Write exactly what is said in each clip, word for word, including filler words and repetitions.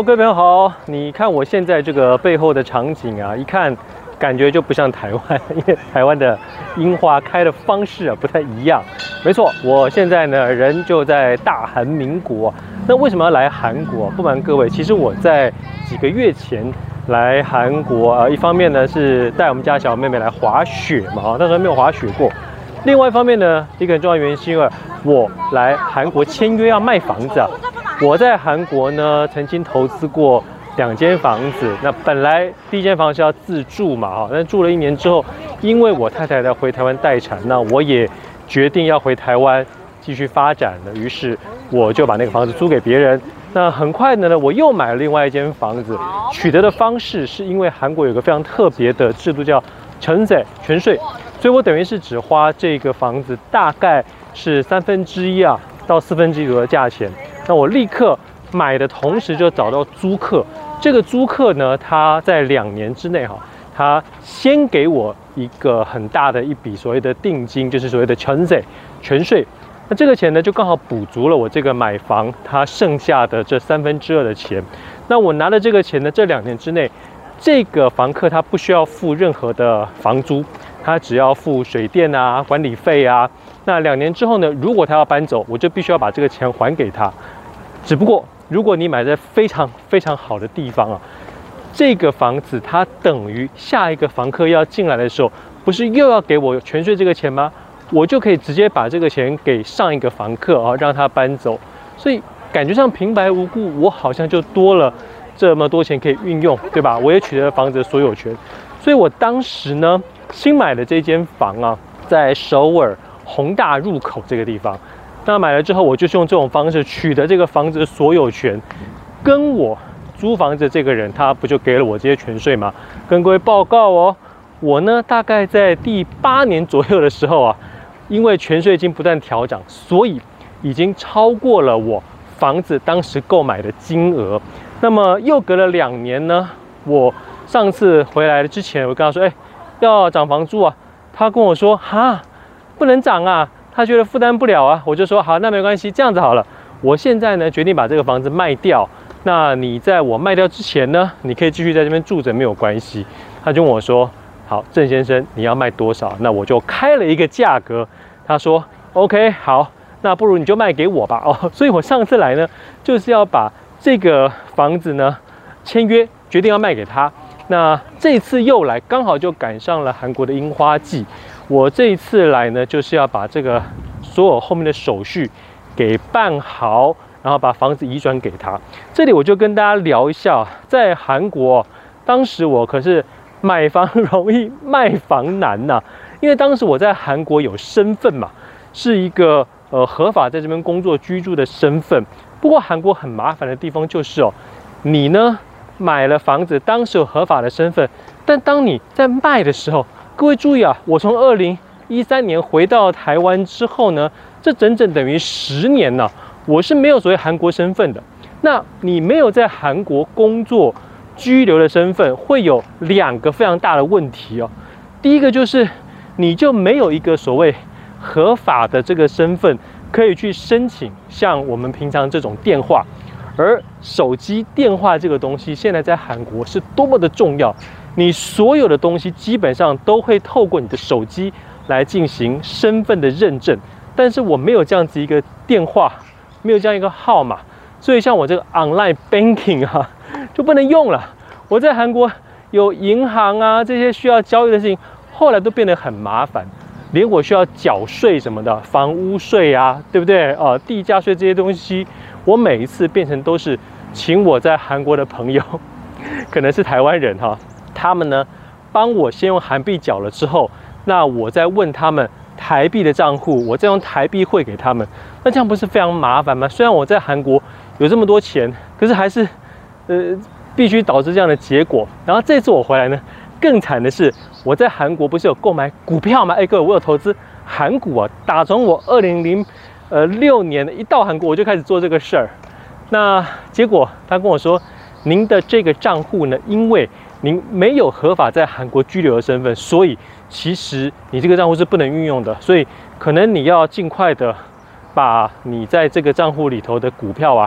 Hello， 各位朋友好。你看我现在这个背后的场景啊，一看感觉就不像台湾，因为台湾的樱花开的方式啊不太一样。没错，我现在呢人就在大韩民国。那为什么要来韩国？不瞒各位，其实我在几个月前来韩国啊，一方面呢是带我们家小妹妹来滑雪嘛，啊，那时候没有滑雪过。另外一方面呢，一个很重要的原因是因为我来韩国签约要卖房子啊。我在韩国呢，曾经投资过两间房子。那本来第一间房是要自住嘛，哈，但住了一年之后，因为我太太要回台湾待产，那我也决定要回台湾继续发展了。于是我就把那个房子租给别人。那很快的呢，我又买了另外一间房子。取得的方式是因为韩国有个非常特别的制度叫全税全税，所以我等于是只花这个房子大概是三分之一啊到四分之一左右的价钱。那我立刻买的同时就找到租客，这个租客呢，他在两年之内哈，他先给我一个很大的一笔所谓的定金，就是所谓的全税全税。那这个钱呢，就刚好补足了我这个买房它剩下的这三分之二的钱。那我拿了这个钱呢，这两年之内，这个房客他不需要付任何的房租，他只要付水电啊、管理费啊。那两年之后呢，如果他要搬走，我就必须要把这个钱还给他。只不过，如果你买在非常非常好的地方啊，这个房子它等于下一个房客要进来的时候，不是又要给我全税这个钱吗？我就可以直接把这个钱给上一个房客啊，让他搬走。所以感觉上平白无故，我好像就多了这么多钱可以运用，对吧？我也取得了房子的所有权。所以我当时呢，新买的这间房啊，在首尔弘大入口这个地方。那买了之后，我就是用这种方式取得这个房子的所有权，跟我租房子的这个人，他不就给了我这些权税吗？跟各位报告哦，我呢大概在第八年左右的时候啊，因为权税金不断调涨，所以已经超过了我房子当时购买的金额。那么又隔了两年呢，我上次回来之前，我跟他说，哎，要涨房租啊，他跟我说，哈，不能涨啊。他觉得负担不了啊，我就说好，那没关系，这样子好了。我现在呢决定把这个房子卖掉，那你在我卖掉之前呢，你可以继续在这边住着，没有关系。他就问我说，好，郑先生，你要卖多少？那我就开了一个价格。他说 OK， 好，那不如你就卖给我吧。哦，所以我上次来呢，就是要把这个房子呢签约，决定要卖给他。那这次又来，刚好就赶上了韩国的樱花季。我这一次来呢，就是要把这个所有后面的手续给办好，然后把房子移转给他。这里我就跟大家聊一下，在韩国，当时我可是买房容易卖房难呐、啊，因为当时我在韩国有身份嘛，是一个呃合法在这边工作居住的身份。不过韩国很麻烦的地方就是哦，你呢买了房子，当时有合法的身份，但当你在卖的时候，各位注意啊，我从二零一三年回到台湾之后呢，这整整等于十年呢、啊，我是没有所谓韩国身份的。那你没有在韩国工作居留的身份，会有两个非常大的问题哦。第一个就是你就没有一个所谓合法的这个身份可以去申请像我们平常这种电话，而手机电话这个东西现在在韩国是多么的重要。你所有的东西基本上都会透过你的手机来进行身份的认证，但是我没有这样子一个电话，没有这样一个号码，所以像我这个 online banking 啊就不能用了。我在韩国有银行啊这些需要交易的事情，后来都变得很麻烦，连我需要缴税什么的，房屋税啊，对不对？呃，地价税这些东西，我每一次变成都是请我在韩国的朋友，可能是台湾人哈。他们呢，帮我先用韩币缴了之后，那我再问他们台币的账户，我再用台币汇给他们，那这样不是非常麻烦吗？虽然我在韩国有这么多钱，可是还是，呃，必须导致这样的结果。然后这次我回来呢，更惨的是，我在韩国不是有购买股票吗？哎，各位，我有投资韩股啊，打从我二零零呃六年一到韩国，我就开始做这个事儿。那结果他跟我说，您的这个账户呢，因为您没有合法在韩国居留的身份，所以其实你这个账户是不能运用的，所以可能你要尽快的把你在这个账户里头的股票啊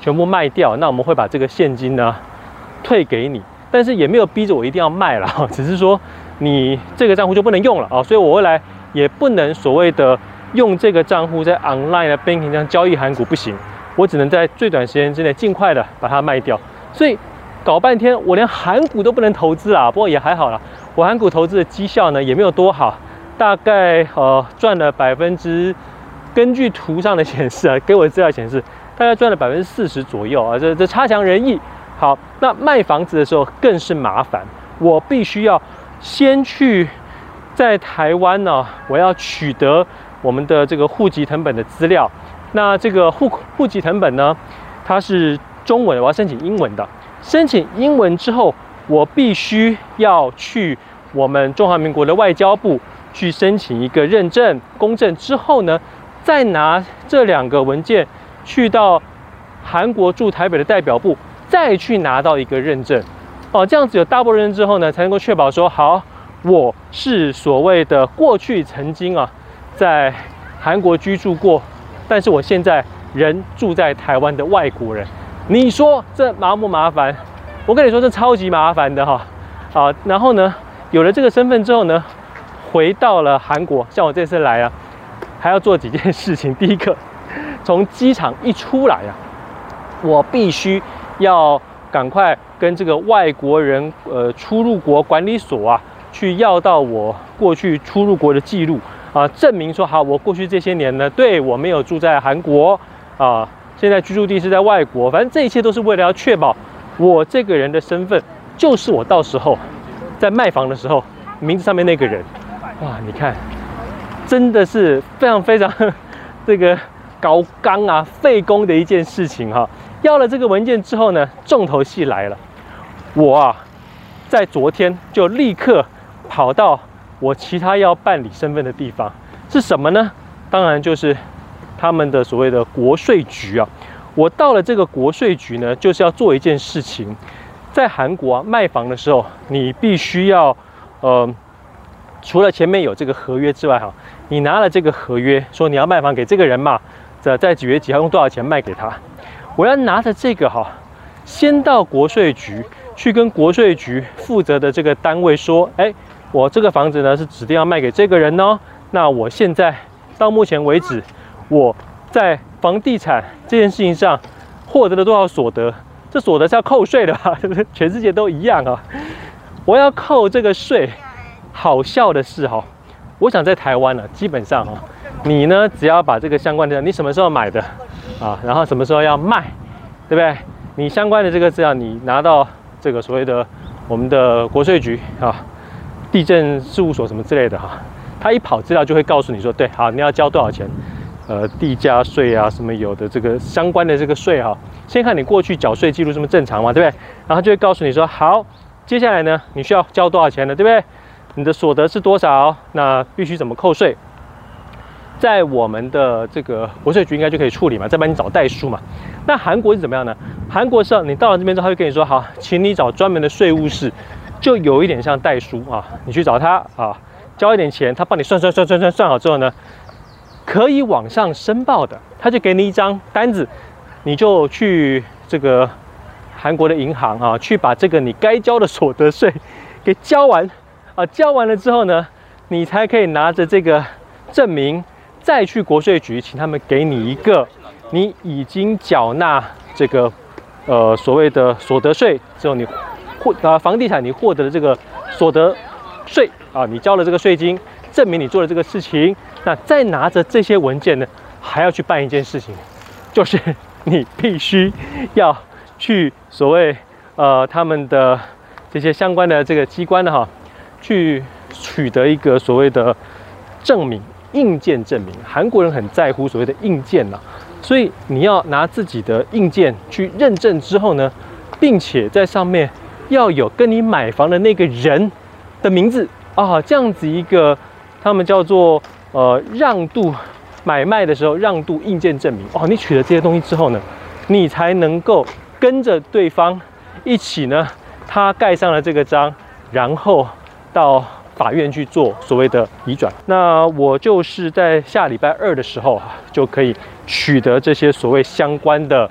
全部卖掉，那我们会把这个现金呢退给你，但是也没有逼着我一定要卖了，只是说你这个账户就不能用了啊，所以我未来也不能所谓的用这个账户在 online 的 banking 这样交易韩股不行，我只能在最短时间之内尽快的把它卖掉，所以搞半天我连韩股都不能投资啊，不过也还好啦，我韩股投资的绩效呢也没有多好，大概呃赚了百分之，根据图上的显示啊，给我的资料显示大概赚了百分之四十左右啊，这这差强人意。好，那卖房子的时候更是麻烦，我必须要先去在台湾呢，我要取得我们的这个户籍誊本的资料。那这个户户籍誊本呢，它是中文，我要申请英文的。申请英文之后，我必须要去我们中华民国的外交部去申请一个认证公证之后呢，再拿这两个文件去到韩国驻台北的代表部，再去拿到一个认证。哦，这样子有 double 认证之后呢，才能够确保说，好，我是所谓的过去曾经啊在韩国居住过，但是我现在人住在台湾的外国人。你说这麻不麻烦？我跟你说，这超级麻烦的哈。啊，然后呢，有了这个身份之后呢，回到了韩国，像我这次来啊，还要做几件事情。第一个，从机场一出来啊，我必须要赶快跟这个外国人呃出入国管理所啊，去要到我过去出入国的记录啊，证明说好，我过去这些年呢，对我没有住在韩国啊。现在居住地是在外国，反正这一切都是为了要确保我这个人的身份就是我到时候在卖房的时候名字上面那个人。哇，你看，真的是非常非常这个高纲啊、费工的一件事情哈。要了这个文件之后呢，重头戏来了，我啊在昨天就立刻跑到我其他要办理身份的地方，是什么呢？当然就是他们的所谓的国税局啊。我到了这个国税局呢，就是要做一件事情。在韩国啊，卖房的时候，你必须要，呃，除了前面有这个合约之外，哈，你拿了这个合约，说你要卖房给这个人嘛，在在几月几号用多少钱卖给他，我要拿着这个哈，先到国税局去跟国税局负责的这个单位说，哎，我这个房子呢是指定要卖给这个人哦。那我现在到目前为止，我在房地产这件事情上获得了多少所得？这所得是要扣税的吧？对不对？全世界都一样啊！我要扣这个税。好笑的是哈，我想在台湾呢、啊，基本上哈，你呢只要把这个相关的，你什么时候买的啊，然后什么时候要卖，对不对？你相关的这个资料，你拿到这个所谓的我们的国税局啊、地政事务所什么之类的哈，他一跑资料就会告诉你说，对，好，你要交多少钱。呃，地价税啊，什么有的这个相关的这个税哈，先看你过去缴税记录是不是正常嘛，对不对？然后就会告诉你说，好，接下来呢，你需要交多少钱呢，对不对？你的所得是多少？那必须怎么扣税？在我们的这个国税局应该就可以处理嘛，再帮你找代书嘛。那韩国是怎么样呢？韩国是你到了这边之后，他会跟你说，好，请你找专门的税务室，就有一点像代书啊，你去找他啊，交一点钱，他帮你算算算算算算好之后呢，可以往上申报的，他就给你一张单子，你就去这个韩国的银行啊，去把这个你该交的所得税给交完啊，交完了之后呢，你才可以拿着这个证明再去国税局，请他们给你一个你已经缴纳这个呃所谓的所得税之后，你获呃房地产你获得的这个所得税啊，你交了这个税金，证明你做了这个事情。那再拿着这些文件呢，还要去办一件事情，就是你必须要去所谓呃他们的这些相关的这个机关的哈，去取得一个所谓的证明，印鉴证明。韩国人很在乎所谓的印鉴呐、啊，所以你要拿自己的印鉴去认证之后呢，并且在上面要有跟你买房的那个人的名字啊，这样子一个他们叫做。呃，让渡买卖的时候，让渡印鉴证明哦，你取了这些东西之后呢，你才能够跟着对方一起呢，他盖上了这个章，然后到法院去做所谓的移转。那我就是在下礼拜二的时候就可以取得这些所谓相关的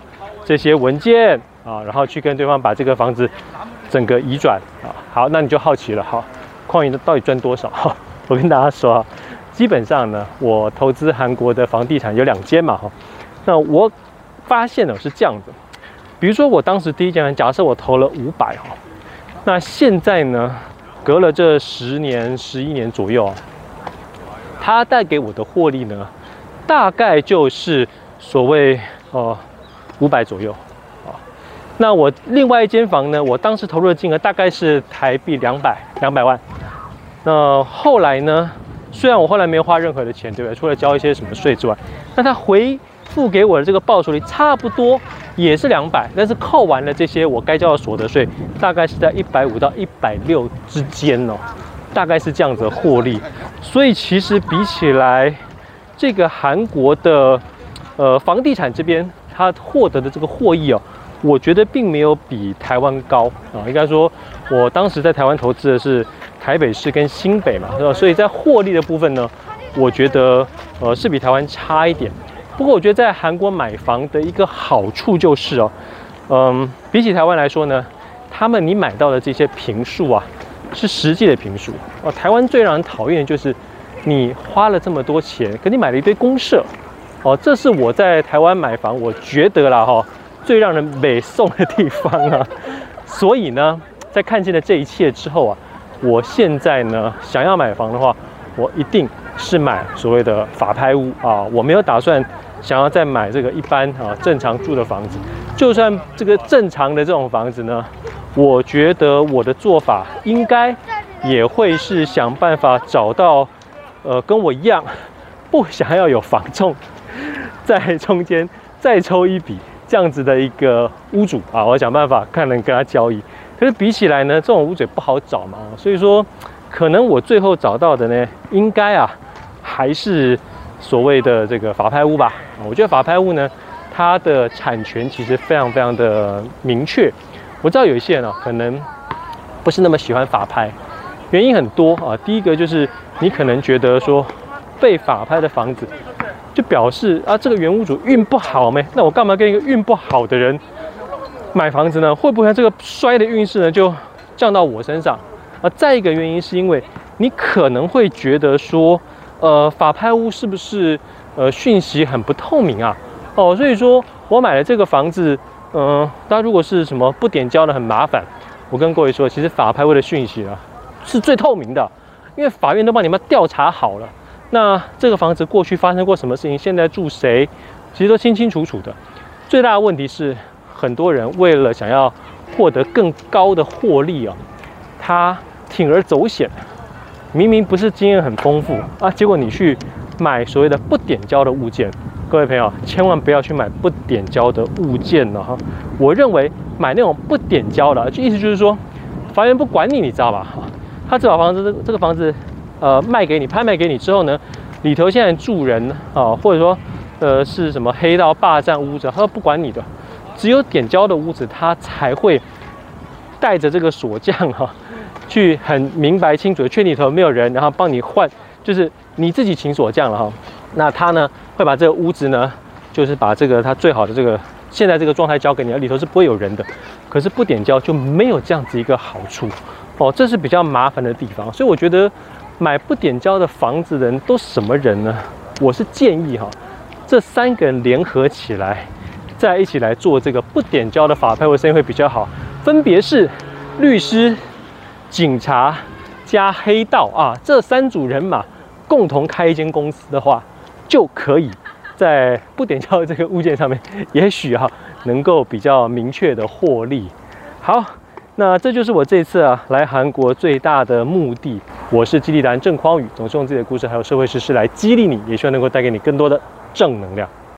这些文件啊，然后去跟对方把这个房子整个移转啊。好，那你就好奇了，好，匡宇到底赚多少？哈，我跟大家说啊，基本上呢，我投资韩国的房地产有两间嘛，哈，那我发现呢是这样子，比如说我当时第一间，假设我投了五百哈，那现在呢，隔了这十年、十一年左右啊，它带给我的获利呢，大概就是所谓呃五百左右。那我另外一间房呢，我当时投入的金额大概是台币两百两百万。那后来呢，虽然我后来没有花任何的钱，对不对？除了交一些什么税之外，那他回付给我的这个报酬率差不多也是两百，但是扣完了这些我该交的所得税，大概是在一百五到一百六之间哦，大概是这样子的获利。所以其实比起来，这个韩国的呃房地产这边，它获得的这个获益哦。我觉得并没有比台湾高啊，应该说，我当时在台湾投资的是台北市跟新北嘛，是吧？所以在获利的部分呢，我觉得呃是比台湾差一点。不过我觉得在韩国买房的一个好处就是哦，嗯，比起台湾来说呢，他们你买到的这些坪数啊，是实际的坪数啊。台湾最让人讨厌的就是你花了这么多钱，可你买了一堆公设哦，这是我在台湾买房，我觉得啦哈。最让人美送的地方啊，所以呢，在看见了这一切之后啊，我现在呢想要买房的话，我一定是买所谓的法拍屋啊，我没有打算想要再买这个一般啊正常住的房子。就算这个正常的这种房子呢，我觉得我的做法应该也会是想办法找到呃跟我一样不想要有房仲在中间再抽一笔。这样子的一个屋主啊，我想办法看能跟他交易。可是比起来呢，这种屋主也不好找嘛，所以说可能我最后找到的呢，应该啊还是所谓的这个法拍屋吧。我觉得法拍屋呢，它的产权其实非常非常的明确。我知道有一些人啊，可能不是那么喜欢法拍，原因很多啊。第一个就是你可能觉得说被法拍的房子。就表示啊，这个原屋主运不好没？那我干嘛跟一个运不好的人买房子呢？会不会这个衰的运势呢就降到我身上？啊，再一个原因是因为你可能会觉得说，呃，法拍屋是不是呃讯息很不透明啊？哦，所以说我买了这个房子，嗯、呃，大家如果是什么不点交的很麻烦，我跟各位说，其实法拍屋的讯息啊是最透明的，因为法院都帮你们调查好了。那这个房子过去发生过什么事情？现在住谁？其实都清清楚楚的。最大的问题是，很多人为了想要获得更高的获利啊，他铤而走险，明明不是经验很丰富啊，结果你去买所谓的不点交的物件。各位朋友，千万不要去买不点交的物件了哈。我认为买那种不点交的，就意思就是说，法院不管你，你知道吧？他只把房子这个房子。呃，卖给你，拍卖给你之后呢，里头现在住人啊，或者说，呃，是什么黑道霸占屋子，他都不管你的，只有点交的屋子，他才会带着这个锁匠哈、啊，去很明白清楚的确定里头没有人，然后帮你换，就是你自己请锁匠了哈。那他呢，会把这个屋子呢，就是把这个他最好的这个现在这个状态交给你，里头是不会有人的。可是不点交就没有这样子一个好处哦，这是比较麻烦的地方，所以我觉得。买不点交的房子的人都什么人呢？我是建议哈，这三个人联合起来，再一起来做这个不点交的法拍屋生意会比较好。分别是律师、警察加黑道啊，这三组人马共同开一间公司的话，就可以在不点交的这个物件上面，也许哈能够比较明确的获利。好。那这就是我这次啊来韩国最大的目的。我是激励达人郑匡宇，总是用自己的故事还有社会时事来激励你，也希望能够带给你更多的正能量。